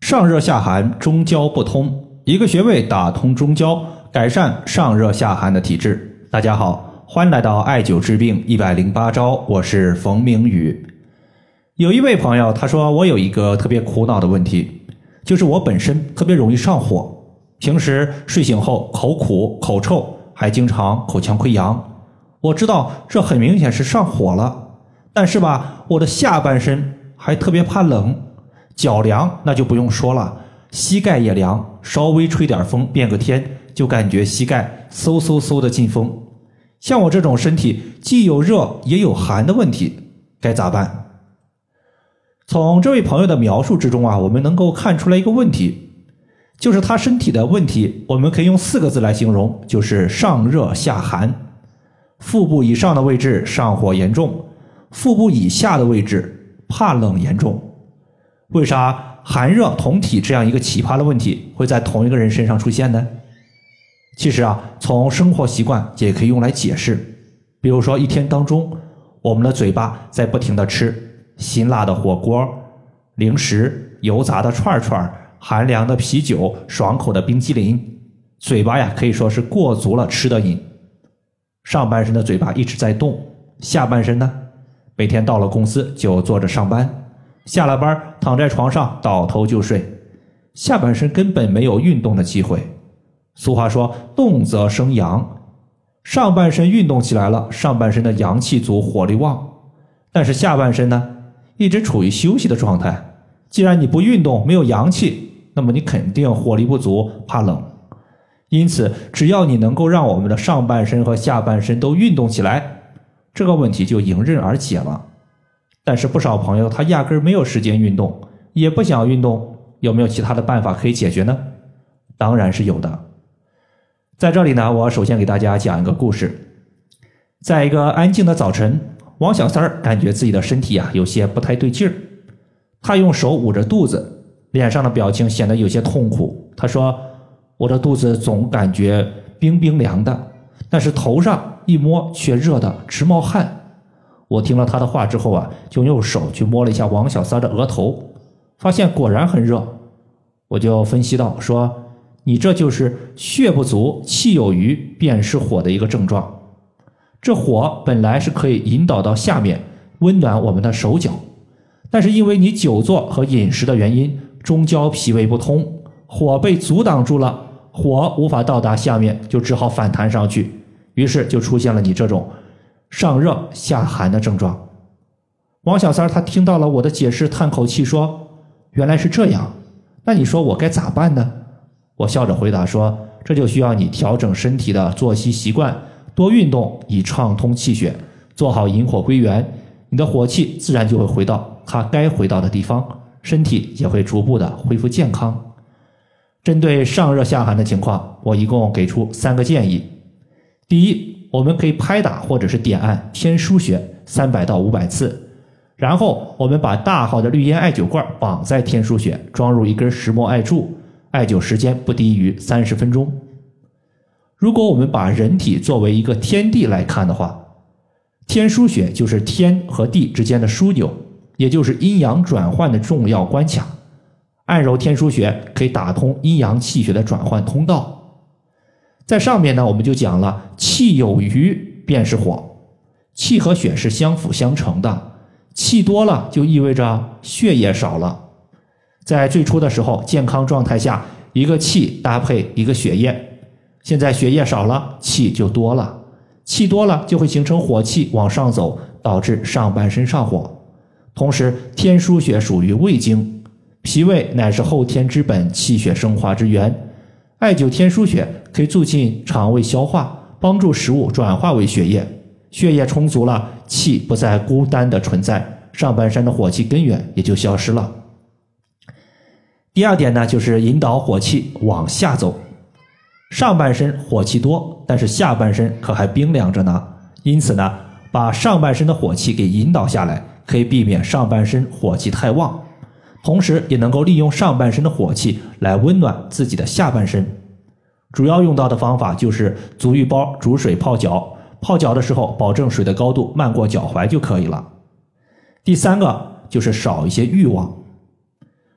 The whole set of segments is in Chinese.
上热下寒，中焦不通，一个穴位打通中焦，改善上热下寒的体质。大家好，欢迎来到艾灸治病108招，我是冯明宇。有一位朋友他说，我有一个特别苦恼的问题，就是我本身特别容易上火，平时睡醒后口苦口臭，还经常口腔溃疡。我知道这很明显是上火了，但是吧，我的下半身还特别怕冷，脚凉那就不用说了，膝盖也凉，稍微吹点风变个天就感觉膝盖嗖嗖嗖的进风。像我这种身体既有热也有寒的问题该咋办？从这位朋友的描述之中我们能够看出来一个问题，就是他身体的问题我们可以用4个字来形容，就是上热下寒。腹部以上的位置上火严重，腹部以下的位置怕冷严重。为啥寒热同体这样一个奇葩的问题会在同一个人身上出现呢？其实从生活习惯也可以用来解释。比如说一天当中，我们的嘴巴在不停地吃辛辣的火锅、零食、油炸的串串、寒凉的啤酒、爽口的冰激凌，嘴巴可以说是过足了吃的瘾。上半身的嘴巴一直在动，下半身呢，每天到了公司就坐着上班，下了班躺在床上倒头就睡，下半身根本没有运动的机会。俗话说动则生阳，上半身运动起来了，上半身的阳气足，火力旺，但是下半身呢，一直处于休息的状态。既然你不运动，没有阳气，那么你肯定火力不足，怕冷。因此只要你能够让我们的上半身和下半身都运动起来，这个问题就迎刃而解了。但是不少朋友他压根没有时间运动，也不想运动，有没有其他的办法可以解决呢？当然是有的。在这里呢，我首先给大家讲一个故事。在一个安静的早晨，王小三儿感觉自己的身体有些不太对劲儿，他用手捂着肚子，脸上的表情显得有些痛苦。他说，我的肚子总感觉冰冰凉的，但是头上一摸却热得直冒汗。我听了他的话之后就用手去摸了一下王小三的额头，发现果然很热。我就分析到说，你这就是血不足气有余便是火的一个症状。这火本来是可以引导到下面温暖我们的手脚，但是因为你久坐和饮食的原因，中焦脾胃不通，火被阻挡住了，火无法到达下面，就只好反弹上去，于是就出现了你这种上热下寒的症状。王小三他听到了我的解释，叹口气说，原来是这样，那你说我该咋办呢？我笑着回答说，这就需要你调整身体的作息习惯，多运动以畅通气血，做好引火归元，你的火气自然就会回到它该回到的地方，身体也会逐步的恢复健康。针对上热下寒的情况，我一共给出3个建议。第一，我们可以拍打或者是点按天枢穴300到500次，然后我们把大号的绿烟艾灸罐绑在天枢穴，装入一根石墨艾柱，艾灸时间不低于30分钟。如果我们把人体作为一个天地来看的话，天枢穴就是天和地之间的枢纽，也就是阴阳转换的重要关卡。按揉天枢穴可以打通阴阳气血的转换通道。在上面呢，我们就讲了气有余便是火，气和血是相辅相成的，气多了就意味着血液少了。在最初的时候，健康状态下，一个气搭配一个血液，现在血液少了，气就多了，气多了就会形成火气往上走，导致上半身上火。同时天枢穴属于胃经，脾胃乃是后天之本，气血生化之源。艾灸天枢穴可以促进肠胃消化，帮助食物转化为血液，血液充足了，气不再孤单的存在，上半身的火气根源也就消失了。第二点呢，就是引导火气往下走。上半身火气多，但是下半身可还冰凉着呢，因此呢，把上半身的火气给引导下来，可以避免上半身火气太旺，同时也能够利用上半身的火气来温暖自己的下半身。主要用到的方法就是足浴包煮水泡脚，泡脚的时候保证水的高度漫过脚踝就可以了。第3个就是少一些欲望。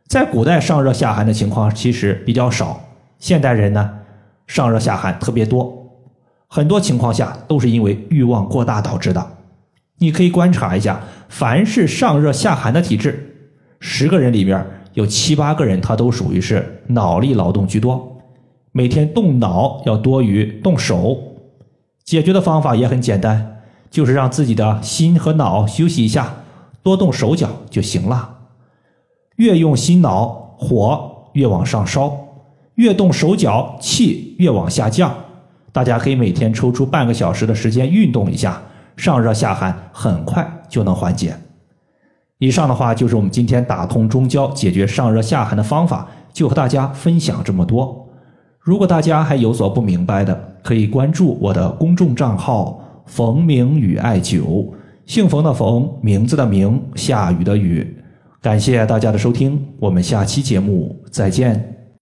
在古代上热下寒的情况其实比较少，现代人呢上热下寒特别多，很多情况下都是因为欲望过大导致的。你可以观察一下，凡是上热下寒的体质，10个人里面有7、8个人他都属于是脑力劳动居多，每天动脑要多于动手。解决的方法也很简单，就是让自己的心和脑休息一下，多动手脚就行了。越用心脑，火越往上烧；越动手脚，气越往下降。大家可以每天抽出半个小时的时间运动一下，上热下寒很快就能缓解。以上的话就是我们今天打通中焦解决上热下寒的方法，就和大家分享这么多。如果大家还有所不明白的，可以关注我的公众账号冯明宇艾灸，姓冯的冯，名字的名，下雨的雨。感谢大家的收听，我们下期节目再见。